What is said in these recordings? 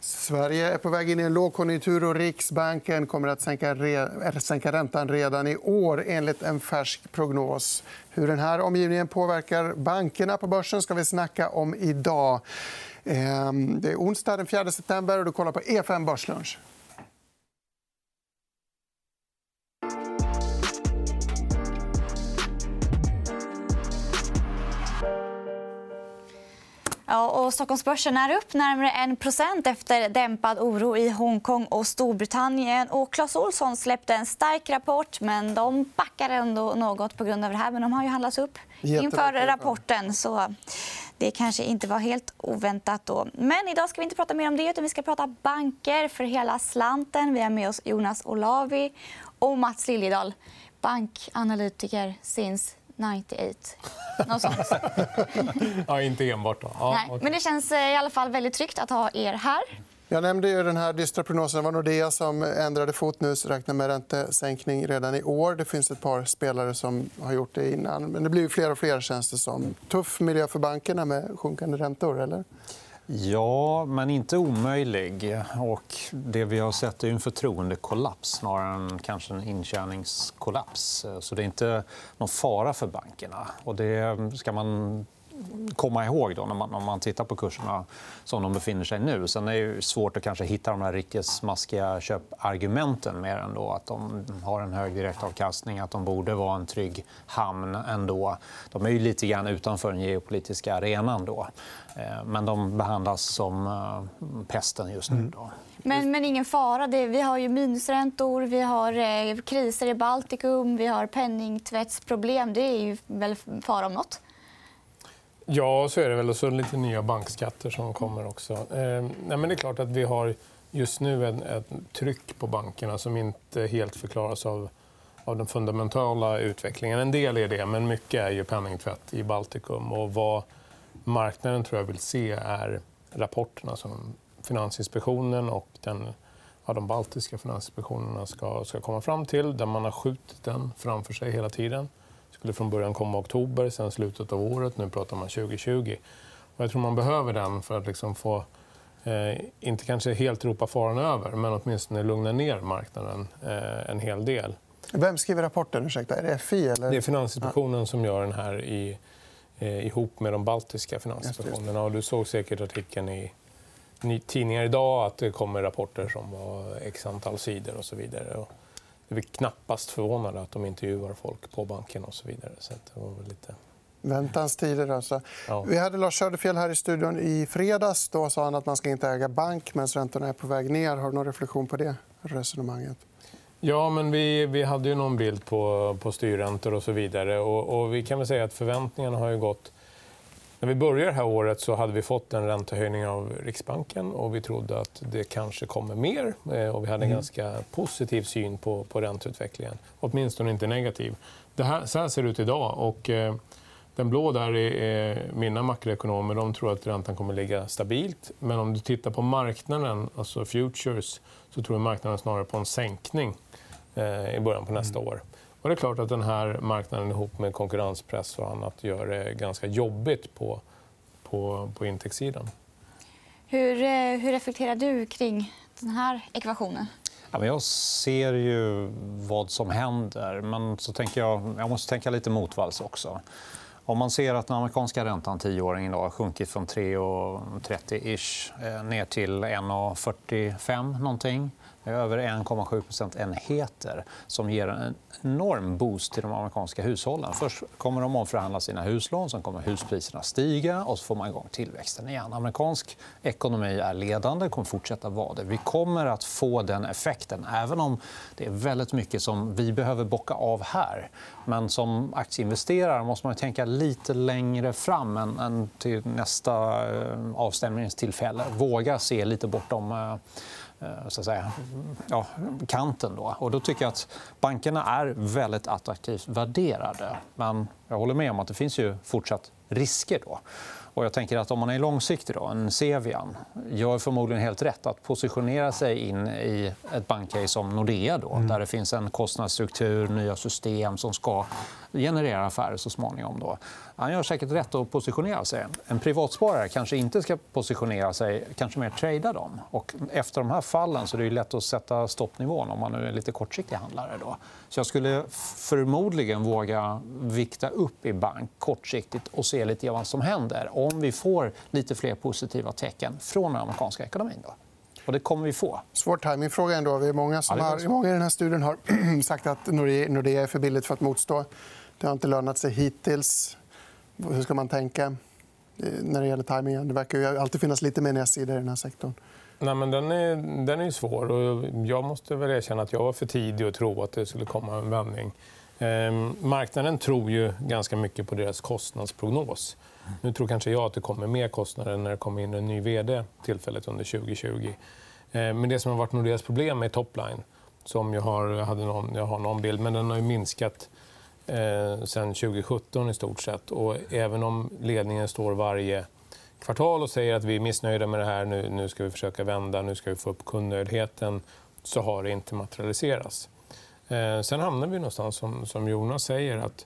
Sverige är på väg in i en lågkonjunktur och Riksbanken kommer att sänka räntan redan i år enligt en färsk prognos. Hur den här omgivningen påverkar bankerna på börsen ska vi snacka om idag. Det är onsdag den 4 september och du kollar på E5 Börslunch. Ja, och Stockholmsbörsen är upp närmare 1% efter dämpad oro i Hongkong och Storbritannien. Och Clas Ohlson släppte en stark rapport, men de backar ändå något på grund av det här. Men de har ju handlats upp inför rapporten, så det kanske inte var helt oväntat då. Men idag ska vi inte prata mer om det, utan vi ska prata banker för hela slanten. Vi har med oss Jonas Olavi och Mats Liljedahl, bankanalytiker since 98. Något sånt. Ja, inte enbart då. Ja, Nej, men det känns i alla fall väldigt tryggt att ha er här. Jag nämnde ju den här dystra prognosen. Det var Nordea som ändrade fot nu, så räknar med räntesänkning redan i år. Det finns ett par spelare som har gjort det innan. Men det blir fler och fler, känns det som. Tuff miljö för bankerna med sjunkande räntor, eller? Ja, men inte omöjlig. Och det vi har sett är en förtroendekollaps snarare än kanske en intjäningskollaps. Så det är inte någon fara för bankerna. Och det ska man komma ihåg då när man tittar på kurserna som de befinner sig nu. Sen är det svårt att kanske hitta de här riktigt smaskiga köpargumenten mer ändå. Att de har en hög direktavkastning, att de borde vara en trygg hamn ändå. De är ju lite grann utanför den geopolitiska arenan då. Men de behandlas som pesten just nu då. Men ingen fara. Vi har ju minusräntor, vi har kriser i Baltikum, vi har penningtvättsproblem. Det är ju väl fara om något. Ja, så är det väl. Och så lite nya bankskatter som kommer också. Nej, men det är klart att vi har just nu ett tryck på bankerna som inte helt förklaras av den fundamentala utvecklingen. En del är det, men mycket är ju penningtvätt i Baltikum. Och vad marknaden tror jag vill se är rapporterna som Finansinspektionen och de baltiska finansinspektionerna ska komma fram till. Där man har skjutit den framför sig hela tiden. Skulle från början komma oktober, sen slutet av året. Nu pratar man 2020. Och jag tror man behöver den för att liksom få, inte kanske helt ropa faran över, men åtminstone lugna ner marknaden en hel del. Vem skriver rapporten? Ursäkta, är det FI? Eller? Det är Finansinspektionen som gör den här ihop med de baltiska finansinspektionerna. Och du såg säkert artikeln i tidningar idag att det kommer rapporter som var x antal sidor och så vidare. Och det är knappast förvånande att de intervjuar folk på banken och så vidare. Så det var väl lite väntans tider alltså. Ja. Vi hade Lars Söderfjell här i studion i fredags. Då sa han att man ska inte äga bank medan räntorna är på väg ner. Har du någon reflektion på det resonemanget? Ja, men vi hade ju någon bild på styrräntor och så vidare. Och vi kan väl säga att förväntningarna har ju gått. När vi började det här året så hade vi fått en räntehöjning av Riksbanken och vi trodde att det kanske kommer mer. Och vi hade en ganska positiv syn på ränteutvecklingen. Åtminstone inte negativ. Så här ser det ut idag. Och den blå där är mina makroekonomer. De tror att räntan kommer ligga stabilt. Men om du tittar på marknaden, alltså futures, så tror marknaden snarare på en sänkning i början på nästa år. Och det är klart att den här marknaden ihop med konkurrenspress och annat gör det ganska jobbigt på intäktssidan. Hur reflekterar du kring den här ekvationen? Ja, jag ser ju vad som händer, men så tänker jag måste tänka lite motvalls också. Om man ser att den amerikanska räntan 10-åringen idag har sjunkit från 3,30-ish ner till 1,45 någonting. Över 1,7 procentenheter som ger en enorm boost till de amerikanska hushållen. Först kommer de omförhandla sina huslån, sen kommer huspriserna stiga och så får man igång tillväxten igen. Amerikansk ekonomi är ledande, kommer fortsätta vara det. Vi kommer att få den effekten, även om det är väldigt mycket som vi behöver bocka av här. Men som aktieinvesterare måste man tänka lite längre fram än till nästa avstämningstillfälle. Våga se lite bortom så att säga, kanten. Och då tycker jag att bankerna är väldigt attraktivt värderade. Men jag håller med om att det finns ju fortsatt risker då. Och jag tänker att om man är långsiktig, då, en Cevian gör förmodligen helt rätt att positionera sig in i ett bankcase som Nordea då, där det finns en kostnadsstruktur, nya system som ska generera affärer så småningom. Då. Han gör säkert rätt att positionera sig. En privatsparare kanske inte ska positionera sig, kanske mer trada dem. Och efter de här fallen så är det lätt att sätta stoppnivån om man nu är lite kortsiktig handlare. Då. Så jag skulle förmodligen våga vikta upp i bank kortsiktigt och se lite vad som händer om vi får lite fler positiva tecken från den amerikanska ekonomin. Då. Och det kommer vi få. Svår timingfråga ändå. Vi är många som många i den här studien har sagt att Nordea är för billigt för att motstå. Det har inte lönat sig hittills. Hur ska man tänka när det gäller timingen? Det verkar ju alltid finnas lite mer nedsidor i den här sektorn. Nej, men den är svår. Och jag måste väl erkänna att jag var för tidig att tro att det skulle komma en vändning. Marknaden tror ju ganska mycket på deras kostnadsprognos. Nu tror kanske jag att det kommer mer kostnader när det kommer in en ny vd tillfället under 2020. Men det som har varit Nordeas problem är topline. Som jag har någon bild, men den har ju minskat sedan 2017 i stort sett. Och även om ledningen står varje kvartal och säger att vi är missnöjda med det här, nu ska vi försöka vända, nu ska vi få upp kundnöjdheten, så har det inte materialiserats. Sen hamnar vi någonstans som Jonas säger att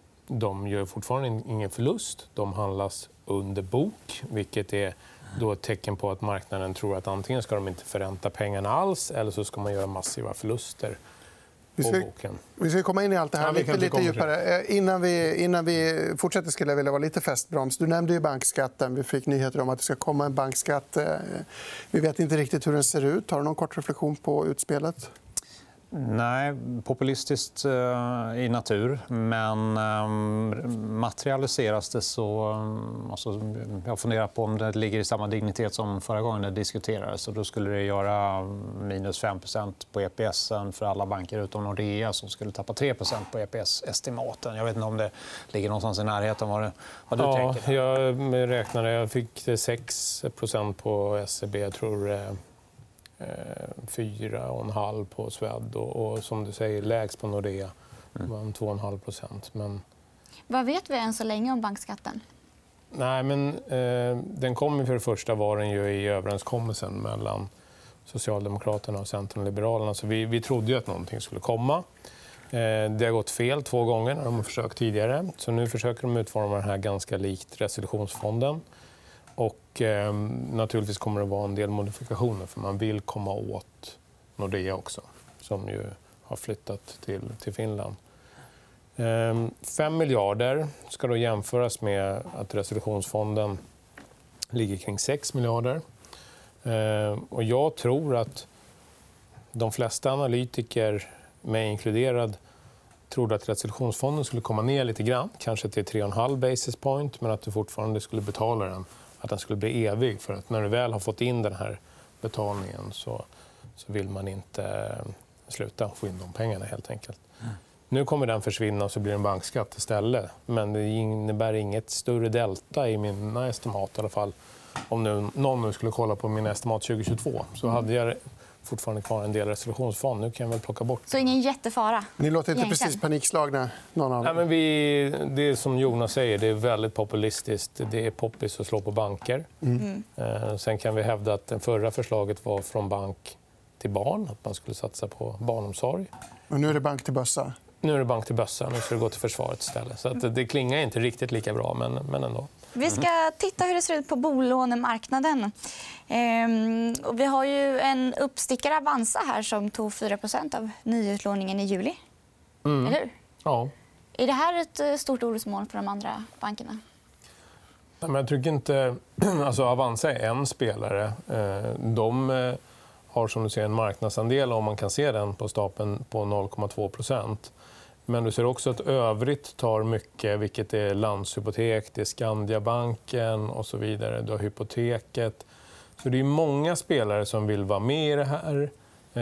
de gör fortfarande ingen förlust. De handlas under bok, vilket är då ett tecken på att marknaden tror att antingen ska de inte förränta pengarna alls eller så ska man göra massiva förluster på boken. Vi ska komma in i allt det här lite djupare. Innan vi fortsätter skulle jag vilja vara lite fästbroms. Du nämnde ju bankskatten. Vi fick nyheter om att det ska komma en bankskatt. Vi vet inte riktigt hur den ser ut. Har du någon kort reflektion på utspelet? Nej, populistiskt i natur. Men materialiseras det så... Alltså, jag funderar på om det ligger i samma dignitet som förra gången det diskuterades. Och då skulle det göra minus 5% på EPSen för alla banker utom Nordea som skulle tappa 3% på EPS-estimaten. Jag vet inte om det ligger någonstans i närheten vad du tänker. Jag räknade. Jag fick 6% på SEB. Jag tror 4,5 på Swed och som du säger lägst på Nordea. 2,5%. Men... Vad vet vi än så länge om bankskatten? Nej, men den kom för det första var den ju i överenskommelsen mellan Socialdemokraterna och Centern och Liberalerna. Så vi trodde ju att någonting skulle komma. Det har gått fel 2 gånger när de har försökt tidigare. Så nu försöker de utforma den här ganska likt resolutionsfonden. Och naturligtvis kommer det vara en del modifikationer för man vill komma åt Nordea också, som ju har flyttat till Finland. 5 miljarder ska då jämföras med att resolutionsfonden ligger kring 6 miljarder. Och jag tror att de flesta analytiker, mig inkluderad, trodde att resolutionsfonden skulle komma ner lite grann, kanske till 3,5 basis point, men att du fortfarande skulle betala den. Att den skulle bli evig, för att när du väl har fått in den här betalningen så vill man inte sluta få in de pengarna helt enkelt. Nu kommer den försvinna och så blir det en bankskatt istället. Men det innebär inget större delta i mina estimat i alla fall. Om någon nu skulle kolla på min estimat 2022 så hade jag fortfarande kvar en del resolutionsfond. Nu kan jag väl plocka bort. Så ingen jättefara? Ni låter inte precis panikslagna någon av dem. Nej, men det är som Jonas säger, det är väldigt populistiskt. Det är poppis att slå på banker. Sen kan vi hävda att det förra förslaget var från bank till barn. Att man skulle satsa på barnomsorg. Och nu är det bank till bössa. Nu är det bank till bössa. Nu ska det gå till försvaret istället. Så att det klingar inte riktigt lika bra, men ändå. Vi ska titta hur det ser ut på bolånemarknaden. Och vi har ju en uppstickare Avanza här som tog 4% av nyutlåningen i juli. Eller hur? Ja. Är det här ett stort orosmoln för de andra bankerna? Men jag tycker inte... Alltså Avanza är en spelare. De har som du ser en marknadsandel, om man kan se den på stapeln, på 0,2%. Men du ser också att övrigt tar mycket, vilket är Landshypotek, det är Skandiabanken och så vidare. Du har Hypoteket. Så det är många spelare som vill vara med i det här.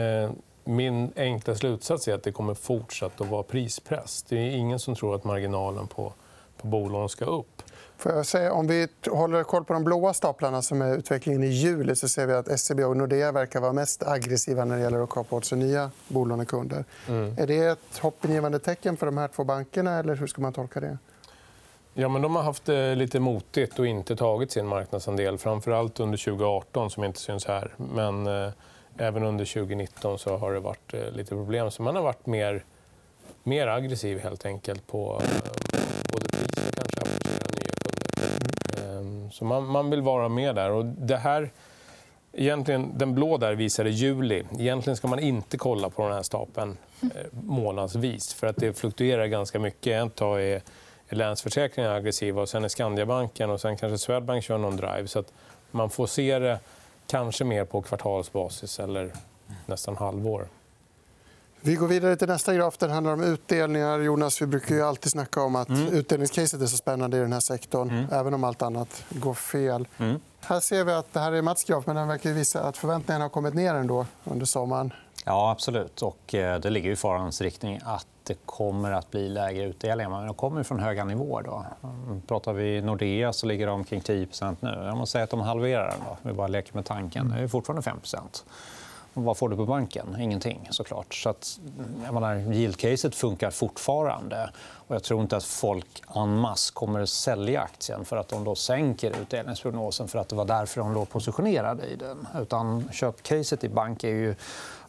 Min enkla slutsats är att det kommer fortsätta att vara prispress. Det är ingen som tror att marginalen på bolån ska upp. Får jag säga, om vi håller koll på de blåa staplarna som är utvecklingen i juli så ser vi att SEB och Nordea verkar vara mest aggressiva när det gäller att kapa åt sig nya bolånekunder. Är det ett hoppingivande tecken för de här 2 bankerna eller hur ska man tolka det? Ja, men de har haft det lite motigt och inte tagit sin marknadsandel. Framförallt under 2018 som inte syns här. Men även under 2019 så har det varit lite problem. Så man har varit mer aggressiv helt enkelt på både pris och kanske apportera nya kunder. Så man vill vara med där. Och det här, egentligen, den blå där visade juli. Egentligen ska man inte kolla på den här stapeln månadsvis. För att det fluktuerar ganska mycket. Ett tag är Länsförsäkringar aggressiva och sen är Skandiabanken och sen kanske Swedbank kör någon drive. Så att man får se det kanske mer på kvartalsbasis eller nästan halvår. Vi går vidare till nästa graf. Det handlar om utdelningar. Jonas, vi brukar ju alltid snacka om att utdelningscaset är så spännande i den här sektorn. Även om allt annat går fel. Här ser vi att det här är Mats graf, men den verkar visa att förväntningarna har kommit ner ändå under sommaren. Ja, absolut. Och det ligger i farans riktning att det kommer att bli lägre utdelningar. Men de kommer från höga nivåer. Då. Pratar vi Nordea så ligger de omkring 10% nu. Jag måste säga att de halverar den. Då. Vi bara leker med tanken. Det är fortfarande 5%. Och vad får du på banken? Ingenting, såklart. Så att, yield-caset funkar fortfarande. Och jag tror inte att folk en masse kommer att sälja aktien för att de då sänker utdelningsprognosen för att det var därför de låg positionerade i den. Utan köpcaset i bank är ju...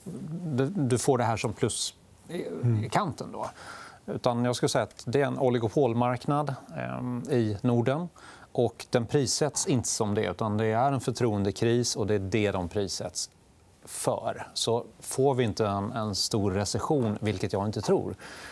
Du får det här som plus i kanten. Då. Utan jag skulle säga att det är en oligopolmarknad i Norden. Och den prissätts inte som det, utan det är en förtroendekris och det är det de prissätts för. Så får vi inte en stor recession, vilket jag inte tror,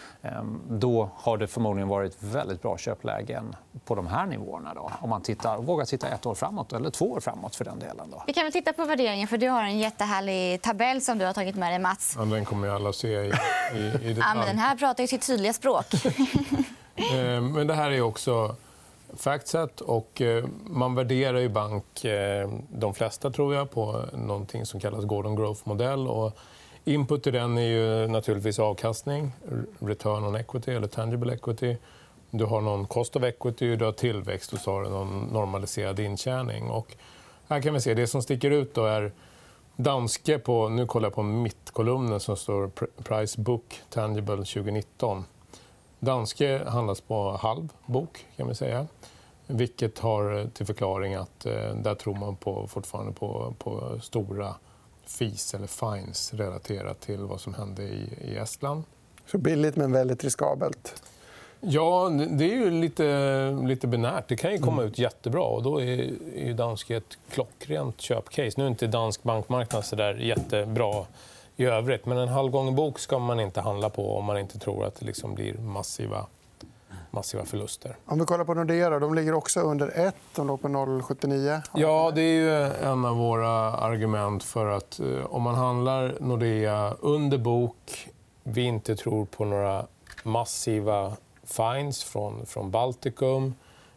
då har det förmodligen varit väldigt bra köplägen på de här nivåerna. Då. Om man vågar titta 1 år framåt eller 2 år framåt för den delen. Då. Vi kan väl titta på värderingen, för du har en jättehärlig tabell som du har tagit med dig, Mats. Ja, den kommer alla se i detalj. Ja, men den här pratar ju sitt tydliga språk. Men det här är också FactSet och man värderar ju bank, de flesta tror jag, på någonting som kallas Gordon Growth-modell. Och input i den är ju naturligtvis avkastning, return on equity eller tangible equity. Du har någon cost of equity, du har tillväxt och så har du någon normaliserad intjäning. Och här kan vi se, det som sticker ut då är Danske på, nu kollar jag på mittkolumnen som står price book tangible 2019. Danske handlas på halv bok kan vi säga. Vilket har till förklaring att där tror man fortfarande på stora fees eller fines relaterat till vad som hände i Estland. Så billigt men väldigt riskabelt. Ja, det är ju lite binärt. Det kan ju komma ut jättebra och då är Danske ett klockrent köpcase. Nu är inte dansk bankmarknad så där jättebra i övrigt, men en halvgången bok ska man inte handla på om man inte tror att det liksom blir massiva förluster. Om vi kollar på Nordea, de ligger också under 1. De låg på 0,79. Ja, det är ju en av våra argument för att om man handlar Nordea under bok, vi inte tror på några massiva fines från Baltikum.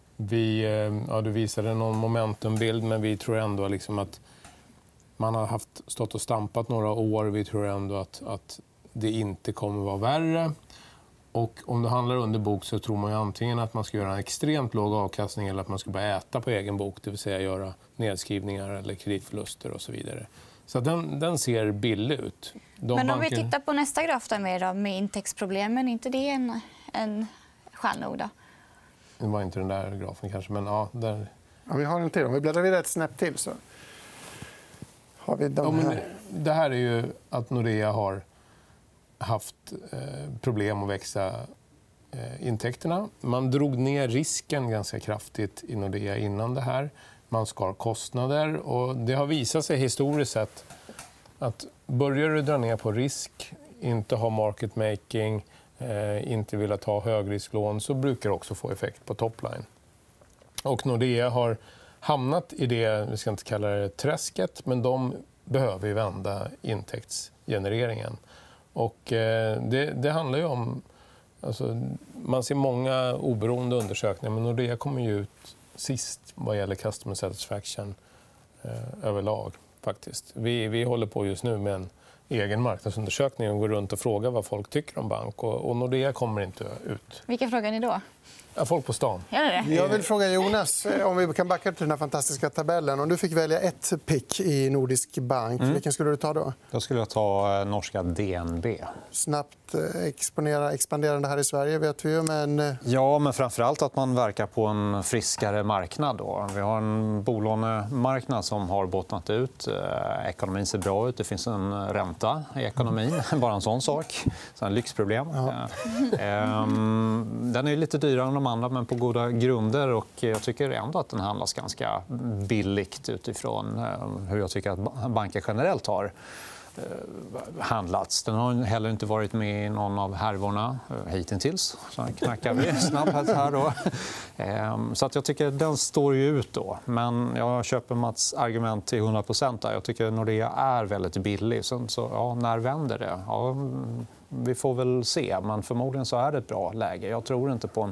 Du visade någon momentumbild, men vi tror ändå liksom att man har stått och stampat några år. Vi tror ändå att det inte kommer vara värre. Och om det handlar under bok så tror man ju antingen att man ska göra en extremt låg avkastning eller att man ska börja äta på egen bok, det vill säga göra nedskrivningar eller kreditförluster och så vidare. Så den ser billig ut. Men om vi tittar på nästa graf där med intäktsproblemen, är inte det en stjärnord då? Det var inte den där grafen kanske, men ja, där... Ja, vi har en till. Om vi bläddrar vidare ett snäpp till så har vi de här. Det här är ju att Nordea har haft problem att växa intäkterna. Man drog ner risken ganska kraftigt i Nordea innan det här. Man skar kostnader och det har visat sig historiskt sett att börjar du dra ner på risk, inte ha market making, inte vilja ta högrisklån, så brukar det också få effekt på topline. Och Nordea har hamnat i det, vi ska inte kalla det träsket, men de behöver ju vända intäktsgenereringen. Och det handlar ju om... Alltså, man ser många oberoende undersökningar, men Nordea kommer ju ut sist vad gäller customer satisfaction överlag. Faktiskt. Vi håller på just nu med en egen marknadsundersökning och går runt och frågar vad folk tycker om bank. Och Nordea kommer inte ut. Vilka frågar ni då? Folk på stan. Jag vill fråga Jonas om vi kan backa till den här fantastiska tabellen. Om du fick välja ett pick i Nordisk bank, vilken skulle du ta då? Då skulle jag ta norska DNB. Snabbt expanderande här i Sverige, vet vi ju. Men... Ja, men framförallt att man verkar på en friskare marknad. Då. Vi har en bolånemarknad som har bottnat ut. Ekonomin ser bra ut. Det finns en ränta i ekonomin. Bara en sån sak. Så en lyxproblem. Den är lite dyrare än de andra, men på goda grunder. Och jag tycker ändå att den handlas ganska billigt utifrån hur jag tycker att banker generellt har handlats. Den har heller inte varit med i någon av härvorna hittills. Så knackar vi snabbt här då. Så att jag tycker den står ju ut då. Men jag köper Mats argument till 100% där. Jag tycker Nordea är väldigt billig. Så ja, när vänder det? Ja, vi får väl se, men förmodligen så är det ett bra läge. Jag tror inte på en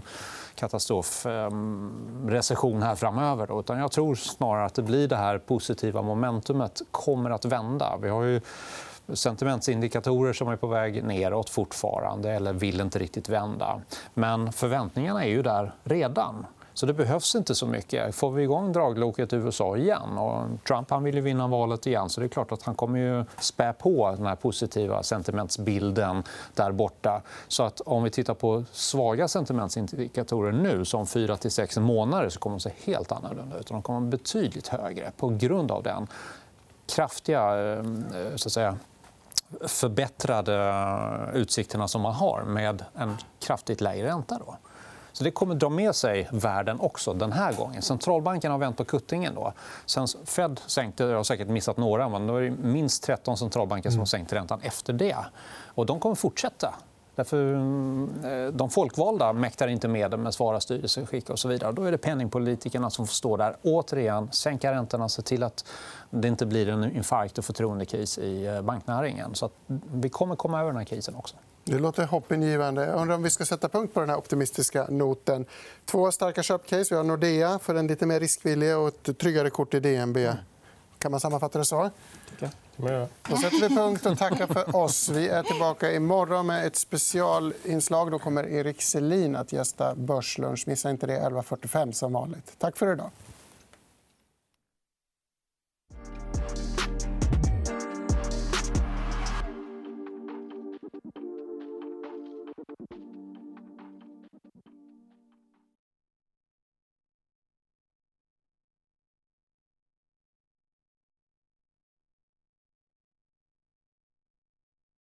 katastrofrecession här framöver då, utan jag tror snarare att det blir det här positiva momentumet kommer att vända. Vi har ju sentimentsindikatorer som är på väg neråt fortfarande eller vill inte riktigt vända. Men förväntningarna är ju där redan. Så det behövs inte så mycket. Får vi igång dragloket i USA igen och Trump han vill ju vinna valet igen, så det är klart att han kommer ju spä på den här positiva sentimentsbilden där borta. Så att om vi tittar på svaga sentimentsindikatorer nu som 4-6 månader så kommer de se helt annorlunda ut. De kommer betydligt högre på grund av den kraftiga så att säga förbättrade utsikterna som man har med en kraftigt lägre ränta då. Så det kommer dra med sig världen också den här gången. Centralbanken har vänt på kuttingen då. Sen Fed sänkte, jag har säkert missat några, men det är minst 13 centralbanker som har sänkt räntan efter det. Och de kommer fortsätta. Därför de folkvalda mäktar inte med det med svara styrelseskick och så vidare. Då är det penningpolitikerna som får stå där återigen, sänka räntorna, se till att det inte blir en infarkt och förtroendekris i banknäringen. Så att vi kommer komma över den här krisen också. Det låter hoppingivande. Jag undrar om vi ska sätta punkt på den här optimistiska noten. 2 starka köpcase. Vi har Nordea för en lite mer riskvillig och ett tryggare kort i DNB. Kan man sammanfatta det så? Då sätter vi punkt och tackar för oss. Vi är tillbaka imorgon med ett specialinslag. Då kommer Erik Selin att gästa Börslunch. Missa inte det 11:45 som vanligt. Tack för idag.